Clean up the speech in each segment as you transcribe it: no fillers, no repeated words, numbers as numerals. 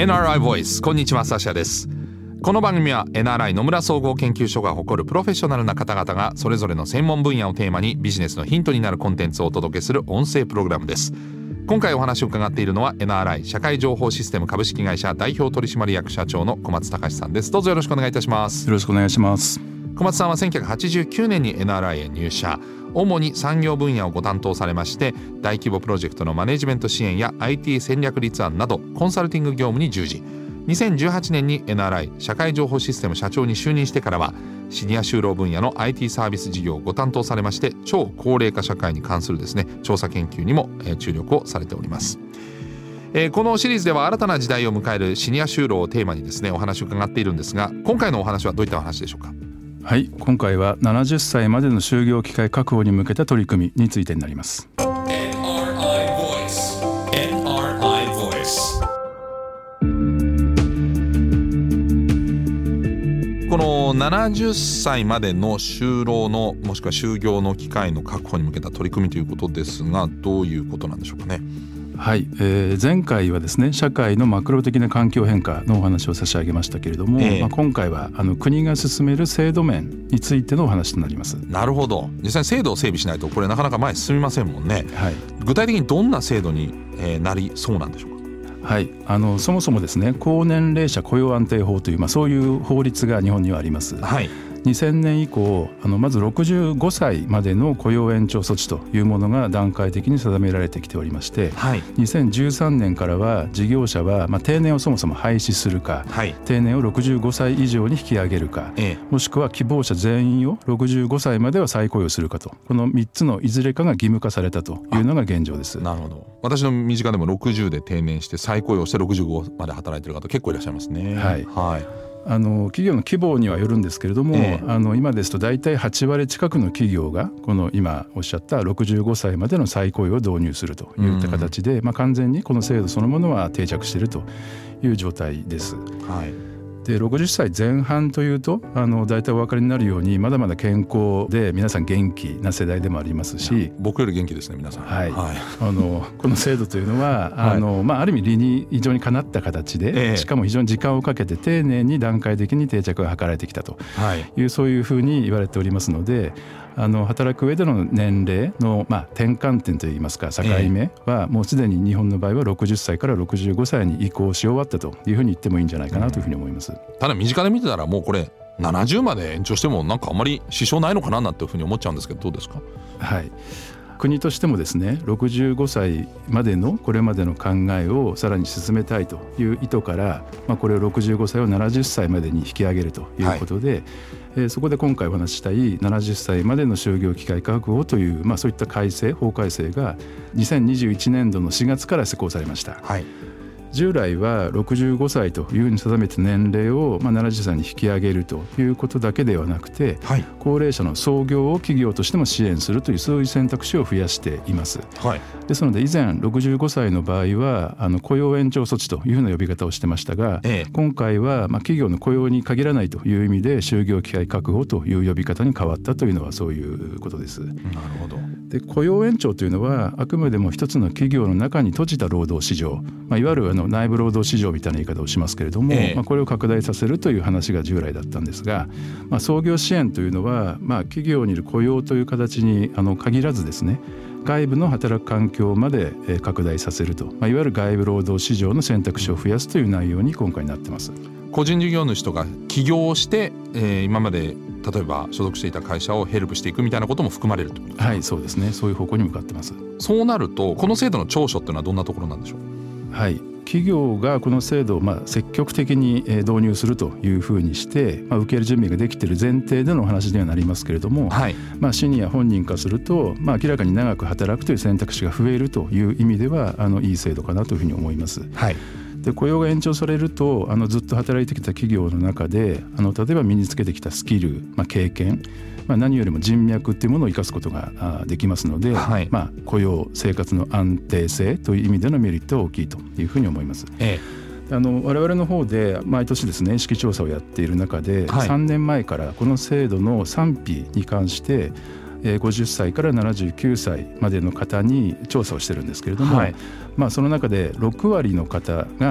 NRI Voice、 こんにちは、サシャです。この番組は NRI 野村総合研究所が誇るプロフェッショナルな方々がそれぞれの専門分野をテーマにビジネスのヒントになるコンテンツをお届けする音声プログラムです。今回お話を伺っているのは NRI 社会情報システム株式会社代表取締役社長の小松隆さんです。どうぞよろしくお願いいたします。 よろしくお願いします。 小松さんは1989年に NRI へ入社、主に産業分野をご担当されまして、大規模プロジェクトのマネジメント支援や IT 戦略立案などコンサルティング業務に従事。2018年に NRI 社会情報システム社長に就任してからは、シニア就労分野の IT サービス事業をご担当されまして、超高齢化社会に関するですね、調査研究にも注力をされております。このシリーズでは新たな時代を迎えるシニア就労をテーマにですね、お話を伺っているんですが、今回のお話はどういったお話でしょうか。 はい、今回は70歳までの就業機会確保に向けた取り組みについてになります。 NRI Voice。 この70歳までの就労のもしくは就業の機会の確保に向けた取り組みということですが、どういうことなんでしょうかね。 はい、前回はですね、社会のマクロ的な環境変化のお話を差し上げましたけれども、今回は国が進める制度面についてのお話となります。なるほど。実際に制度を整備しないとこれなかなか前に進みませんもんね。 はい、 具体的にどんな制度になりそうなんでしょうか。 はい、そもそもですね、高年齢者雇用安定法という、そういう法律が日本にはあります。 はい、 2000年以降まず65歳までの雇用延長措置というものが段階的に定められてきておりまして、 はい、 2013年からは事業者は定年をそもそも廃止するか、 はい、 定年を65歳以上に引き上げるか、もしくは希望者全員を65歳までは再雇用するかと、この3つのいずれかが義務化されたというのが現状です。 なるほど。私の身近でも60で定年して再雇用して65まで働いている方結構いらっしゃいますね。 はい、 はい、 企業の規模にはよるんですけれども、今ですと大体8割近くの企業がこの今おっしゃった65歳までの再雇用を導入するといった形で、完全にこの制度そのものは定着しているという状態です。 はい、で 60歳前半というと大体お分かりになるようにまだまだ健康で皆さん元気な世代でもありますし、 僕より元気ですね皆さん。 はい、はい、この制度というのはある意味理に非常にかなった形で、しかも非常に時間をかけて丁寧に段階的に定着が図られてきたという、そういうふうに言われておりますので、働く上での年齢の、転換点といいますか境目はもうすでに日本の場合は60歳から65歳に移行し終わったというふうに言ってもいいんじゃないかなというふうに思います。 ただ身近で見てたらもうこれ70まで延長してもなんかあんまり支障ないのかななんていうふうに思っちゃうんですけど、どうですか。 はい、国としてもですね、65歳までのこれまでの考えをさらに進めたいという意図から、これを65歳を70歳までに引き上げるということで、そこで今回お話ししたい70歳までの就業機会確保という、そういった法改正が2021年度の4月から施行されました。 はい、 従来は65歳というふうに定めた年齢を70歳に引き上げるということだけではなくて、高齢者の創業を企業としても支援するという、そういう選択肢を増やしています。 はい、 ですので以前65歳の場合は雇用延長措置というふうな呼び方をしてましたが、今回は企業の雇用に限らないという意味で就業機会確保という呼び方に変わったというのはそういうことです。 なるほど。 で、雇用延長というのはあくまでも一つの企業の中に閉じた労働市場、いわゆる内部労働市場みたいな言い方をしますけれども、これを拡大させるという話が従来だったんですが、創業支援というのは、企業にいる雇用という形に限らずですね、外部の働く環境まで拡大させると、いわゆる外部労働市場の選択肢を増やすという内容に今回なっています。 個人事業主とか起業して、今まで例えば所属していた会社をヘルプしていくみたいなことも含まれるということですか。 はい、そうですね。そういう方向に向かってます。 そうなるとこの制度の長所っていうのはどんなところなんでしょう。 はい、企業がこの制度を積極的に導入するというふうにして、受ける準備ができている前提でのお話にはなりますけれども、シニア本人からすると、明らかに長く働くという選択肢が増えるという意味ではいい制度かなというふうに思います。 はい、 で、雇用が延長されるとずっと働いてきた企業の中で例えば身につけてきたスキル、経験、何よりも人脈っていうものを生かすことができますので、雇用生活の安定性という意味でのメリットは大きいというふうに思います。我々の方で毎年ですね、意識調査をやっている中で、3年前からこの制度の賛否に関して50歳から79歳までの方に調査をしてるんですけれども、その中で6割の方が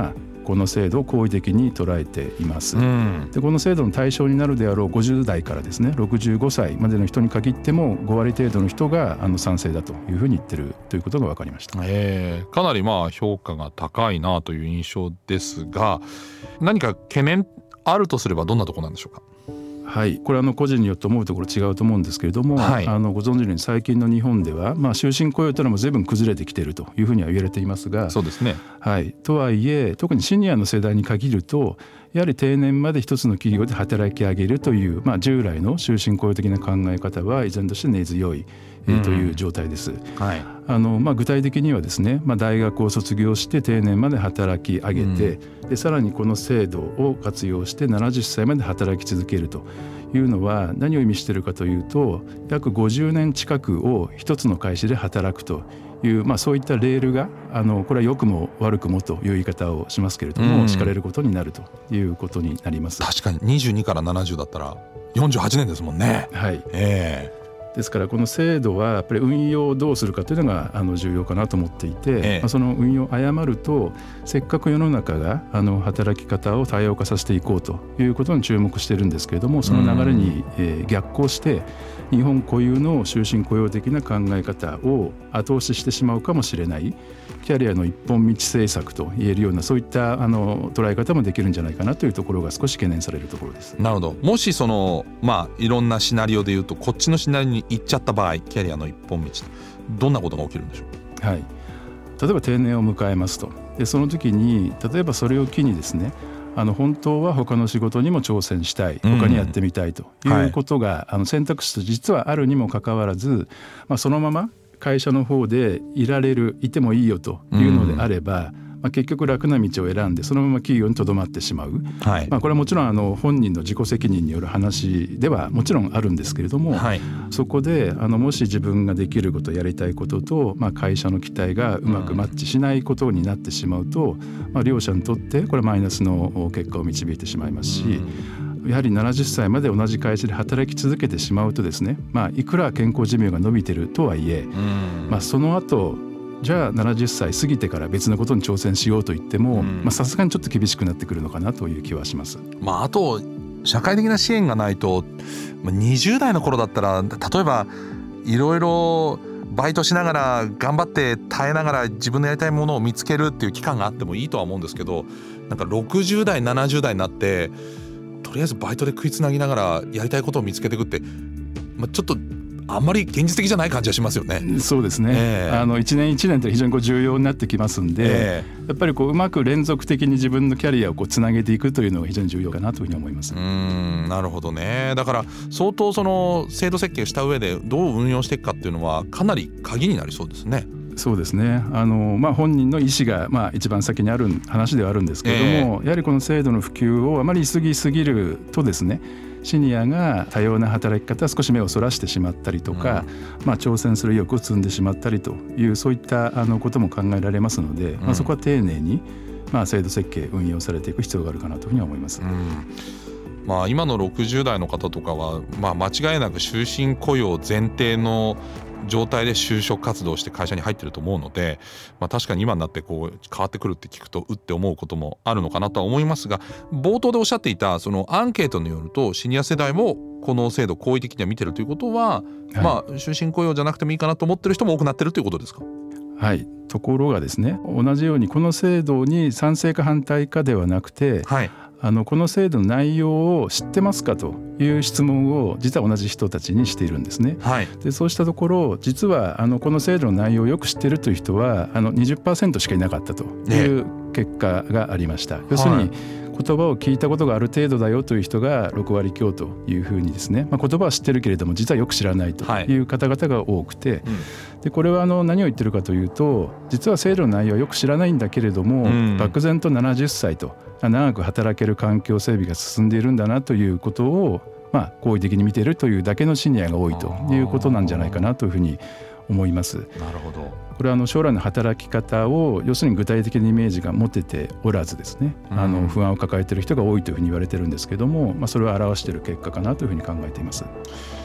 この制度を好意的に捉えています。でこの制度の対象になるであろう50代からですね65歳までの人に限っても5割程度の人が賛成だというふうに言ってるということが分かりました。 かなり評価が高いなという印象ですが、何か懸念あるとすればどんなところなんでしょうか。 はい、これは個人によって思うところ違うと思うんですけれども、ご存知のように最近の日本では、終身雇用というのも随分崩れてきているというふうには言われていますが、 そうですね、 とはいえ特にシニアの世代に限るとやはり定年まで一つの企業で働き上げるという、従来の終身雇用的な考え方は依然として根強いという状態です。具体的にはですね、大学を卒業して定年まで働き上げて、でさらにこの制度を活用して70歳まで働き続けるというのは何を意味しているかというと、約50年近くを一つの会社で働くという、そういったレールがこれは良くも悪くもという言い方をしますけれども、敷かれることになるということになります。 確かに22から70だったら48年ですもんね。 ですからこの制度はやっぱり運用をどうするかというのが重要かなと思っていて、その運用を誤るとせっかく世の中が働き方を多様化させていこうということに注目しているんですけれども、その流れに逆行して日本固有の終身雇用的な考え方を後押ししてしまうかもしれない、キャリアの一本道政策と言えるようなそういった捉え方もできるんじゃないかなというところが少し懸念されるところです。 なるほど。もしいろんなシナリオでいうとこっちのシナリオに行っちゃった場合、キャリアの一本道どんなことが起きるんでしょう。 例えば定年を迎えますと。でその時に例えばそれを機にですね本当は他の仕事にも挑戦したい、他にやってみたいということが、選択肢と実はあるにもかかわらず、そのまま会社の方でいてもいいよというのであれば、結局楽な道を選んでそのまま企業にとどまってしまう、これはもちろん本人の自己責任による話ではもちろんあるんですけれども、そこでもし自分ができることやりたいことと、会社の期待がうまくマッチしないことになってしまうと、両者にとってこれマイナスの結果を導いてしまいますし、やはり70歳まで同じ会社で働き続けてしまうとですね、いくら健康寿命が伸びているとはいえ、その後じゃあ70歳過ぎてから別のことに挑戦しようと言ってもさすがにちょっと厳しくなってくるのかなという気はします。 あと社会的な支援がないと、20代の頃だったら例えばいろいろバイトしながら頑張って耐えながら自分のやりたいものを見つけるっていう期間があってもいいとは思うんですけど、なんか60代70代になってとりあえずバイトで食いつなぎながらやりたいことを見つけていくって、ちょっとあんまり現実的じゃない感じはしますよね。 そうですね、一年一年って非常に重要になってきますんで、やっぱりうまく連続的に自分のキャリアをつなげていくというのが非常に重要かなというふうに思います。 なるほどね。だから相当その制度設計した上でどう運用していくかっていうのはかなり鍵になりそうですね。 そうですね、本人の意思が一番先にある話ではあるんですけれども、やはりこの制度の普及をあまり急ぎすぎるとですね、シニアが多様な働き方少し目をそらしてしまったりとか、挑戦する意欲を積んでしまったりというそういったことも考えられますので、そこは丁寧に制度設計運用されていく必要があるかなというふうに思います。 今の60代の方とかは、間違いなく終身雇用前提の状態で就職活動して会社に入ってると思うので、確かに今になって変わってくるって聞くとって思うこともあるのかなとは思いますが、冒頭でおっしゃっていたそのアンケートによるとシニア世代もこの制度好意的には見てるということは、終身雇用じゃなくてもいいかなと思ってる人も多くなってるということですか。 ところがですね、同じようにこの制度に賛成か反対かではなくて、この制度の内容を知ってますかという質問を実は同じ人たちにしているんですね。でそうしたところ実はこの制度の内容をよく知っているという人は20% しかいなかったという結果がありました。要するに言葉を聞いたことがある程度だよという人が6割強というふうにですね、言葉は知ってるけれども実はよく知らないという方々が多くて、でこれは何を言ってるかというと、実は制度の内容はよく知らないんだけれども、漠然と70歳と長く働ける環境整備が進んでいるんだなということを好意的に見ているというだけのシニアが多いということなんじゃないかなというふうに思います。 なるほど。 これは将来の働き方を要するに具体的なイメージが持てておらずですね、不安を抱えている人が多いというふうに言われているんですけども、それを表している結果かなというふうに考えています。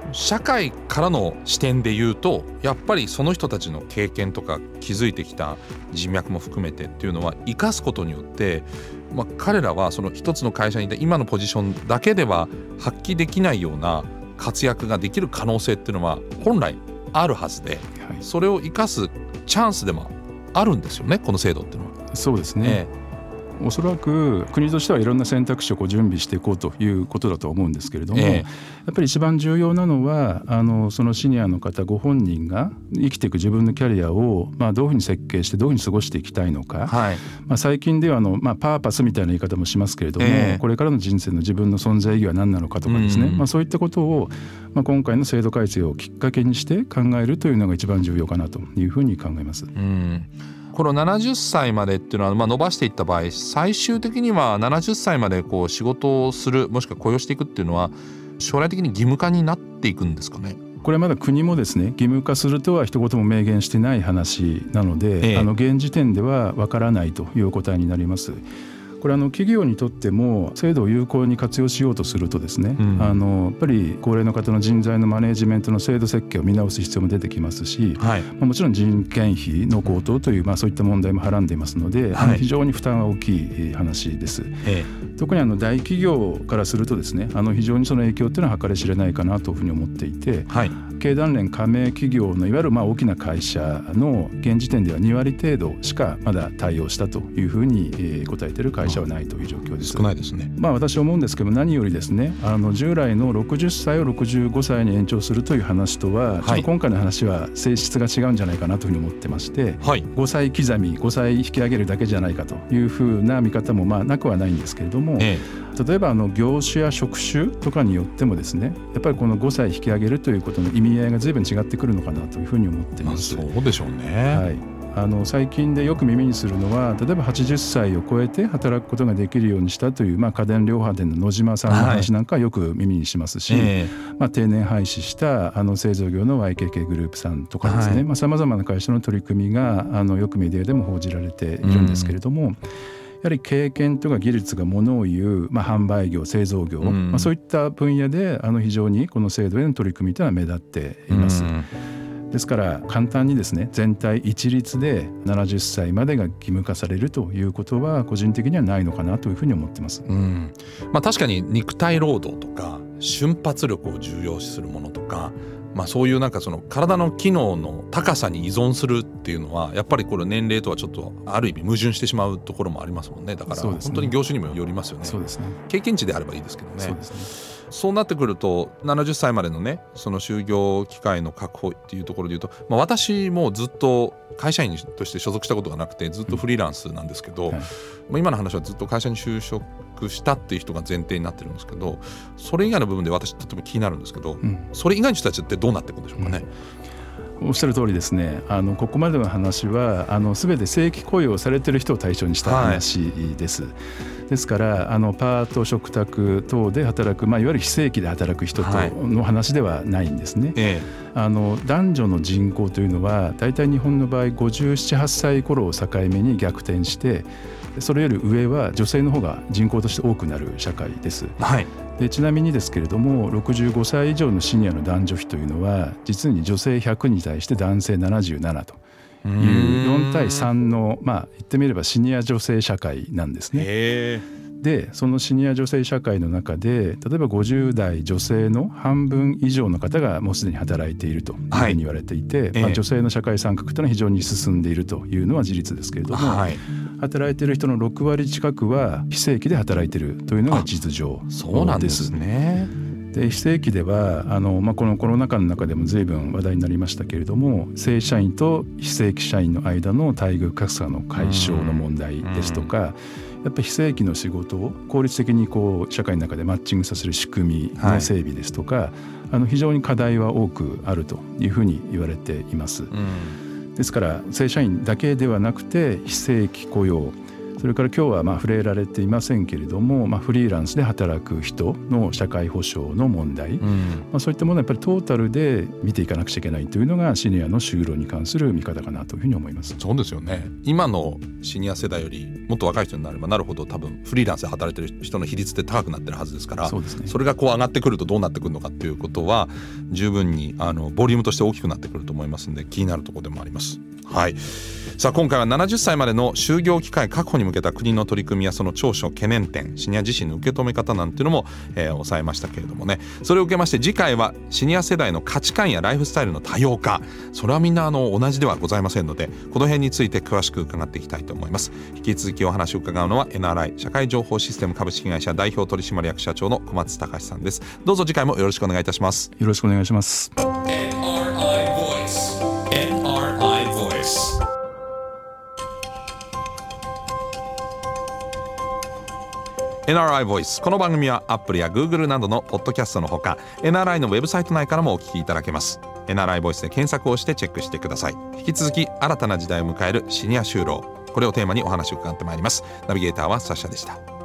社会からの視点で言うとやっぱりその人たちの経験とか築いてきた人脈も含めてっていうのは生かすことによって、彼らはその一つの会社にいた今のポジションだけでは発揮できないような活躍ができる可能性っていうのは本来あるはずで、それを生かすチャンスでもあるんですよね、この制度っていうのは。 そうですね、おそらく国としてはいろんな選択肢を準備していこうということだと思うんですけれども、やっぱり一番重要なのはそのシニアの方ご本人が生きていく自分のキャリアをどういうふうに設計してどういうふうに過ごしていきたいのか、最近ではパーパスみたいな言い方もしますけれども、これからの人生の自分の存在意義は何なのかとかですね、そういったことを、今回の制度改正をきっかけにして考えるというのが一番重要かなというふうに考えます。 この70歳までっていうのは伸ばしていった場合、最終的には70歳まで仕事をするもしくは雇用していくっていうのは将来的に義務化になっていくんですかね。 これはまだ国もですね、義務化するとは一言も明言してない話なので、現時点ではわからないというお答えになります。これ企業にとっても制度を有効に活用しようとするとですね、やっぱり高齢の方の人材のマネジメントの制度設計を見直す必要も出てきますし、もちろん人件費の高騰という、そういった問題もはらんでいますので、非常に負担は大きい話です。特に大企業からするとですね、非常にその影響というのは計り知れないかなというふうに思っていて、経団連加盟企業のいわゆる大きな会社の現時点では2割程度しかまだ対応したというふうに答えている会社はないという状況です。 少ないですね。 私は思うんですけども、何よりですね、従来の60歳を65歳に延長するという話とは、ちょっと今回の話は性質が違うんじゃないかなというふうに思ってまして、5歳刻み5歳引き上げるだけじゃないかというふうな見方もなくはないんですけれども、例えば業種や職種とかによってもですね、やっぱりこの5歳引き上げるということの意味合いが随分違ってくるのかなというふうに思っています。 そうでしょうね。 最近でよく耳にするのは、例えば80歳を超えて働くことができるようにしたという、家電量販店の野島さんの話なんかよく耳にしますし、定年廃止した製造業の YKK グループさんとかですね、さまざまな会社の取り組みがよくメディアでも報じられているんですけれども、やはり経験とか技術がものを言う、販売業製造業、そういった分野で非常にこの制度への取り組みというのは目立っています。ですから簡単にですね、全体一律で70歳までが義務化されるということは個人的にはないのかなというふうに思ってます。 確かに肉体労働とか瞬発力を重要視するものとか、そういうその体の機能の高さに依存するっていうのはやっぱりこれ年齢とはちょっとある意味矛盾してしまうところもありますもんね。だから本当に業種にもよりますよね。 そうですね。 経験値であればいいですけどね。 そうですね。 そうなってくると70歳までのね、その就業機会の確保っていうところでいうと、私もずっと会社員として所属したことがなくてずっとフリーランスなんですけど、今の話はずっと会社に就職したっていう人が前提になってるんですけど、それ以外の部分で私とても気になるんですけど、それ以外の人たちってどうなっていくんでしょうかね。 おっしゃる通りですね。ここまでの話は全て正規雇用されている人を対象にした話です。ですからパート嘱託等で働く、いわゆる非正規で働く人との話ではないんですね。男女の人口というのは大体日本の場合57、8歳頃を境目に逆転して、それより上は女性の方が人口として多くなる社会です。でちなみにですけれども、65歳以上のシニアの男女比というのは実に女性100に対して男性77という4対3の、言ってみればシニア女性社会なんですね。でそのシニア女性社会の中で、例えば50代女性の半分以上の方がもうすでに働いているというふうに言われていて、女性の社会参画というのは非常に進んでいるというのは事実ですけれども、働いている人の6割近くは非正規で働いているというのが実情です。 そうなんですね。 で非正規ではこのコロナ禍の中でも随分話題になりましたけれども、正社員と非正規社員の間の待遇格差の解消の問題ですとか、やっぱり非正規の仕事を効率的に社会の中でマッチングさせる仕組みの整備ですとか、非常に課題は多くあるというふうに言われています。ですから正社員だけではなくて非正規雇用、 それから今日は触れられていませんけれども、フリーランスで働く人の社会保障の問題、そういったものはやっぱりトータルで見ていかなくちゃいけないというのがシニアの就労に関する見方かなというふうに思います。 そうですよね。今のシニア世代よりもっと若い人になればなるほど多分フリーランスで働いてる人の比率って高くなってるはずですから、 そうですね、 それがこう上がってくるとどうなってくるのかっていうことは十分にボリュームとして大きくなってくると思いますので気になるところでもあります。はい、さあ今回は70歳までの就業機会確保に向けた国の取り組みやその長所懸念点、シニア自身の受け止め方なんていうのも、抑えましたけれどもね。それを受けまして次回はシニア世代の価値観やライフスタイルの多様化、それはみんな同じではございませんので、この辺について詳しく伺っていきたいと思います。引き続きお話を伺うのは NRI 社会情報システム株式会社代表取締役社長の小松隆さんです。どうぞ次回もよろしくお願いいたします。 よろしくお願いします。 NRI Voice、 この番組は Apple や Google などのポッドキャストのほか NRI のウェブサイト内からもお聞きいただけます。 NRI Voice で検索をしてチェックしてください。引き続き新たな時代を迎えるシニア就労、これをテーマにお話を伺ってまいります。ナビゲーターはサッシャでした。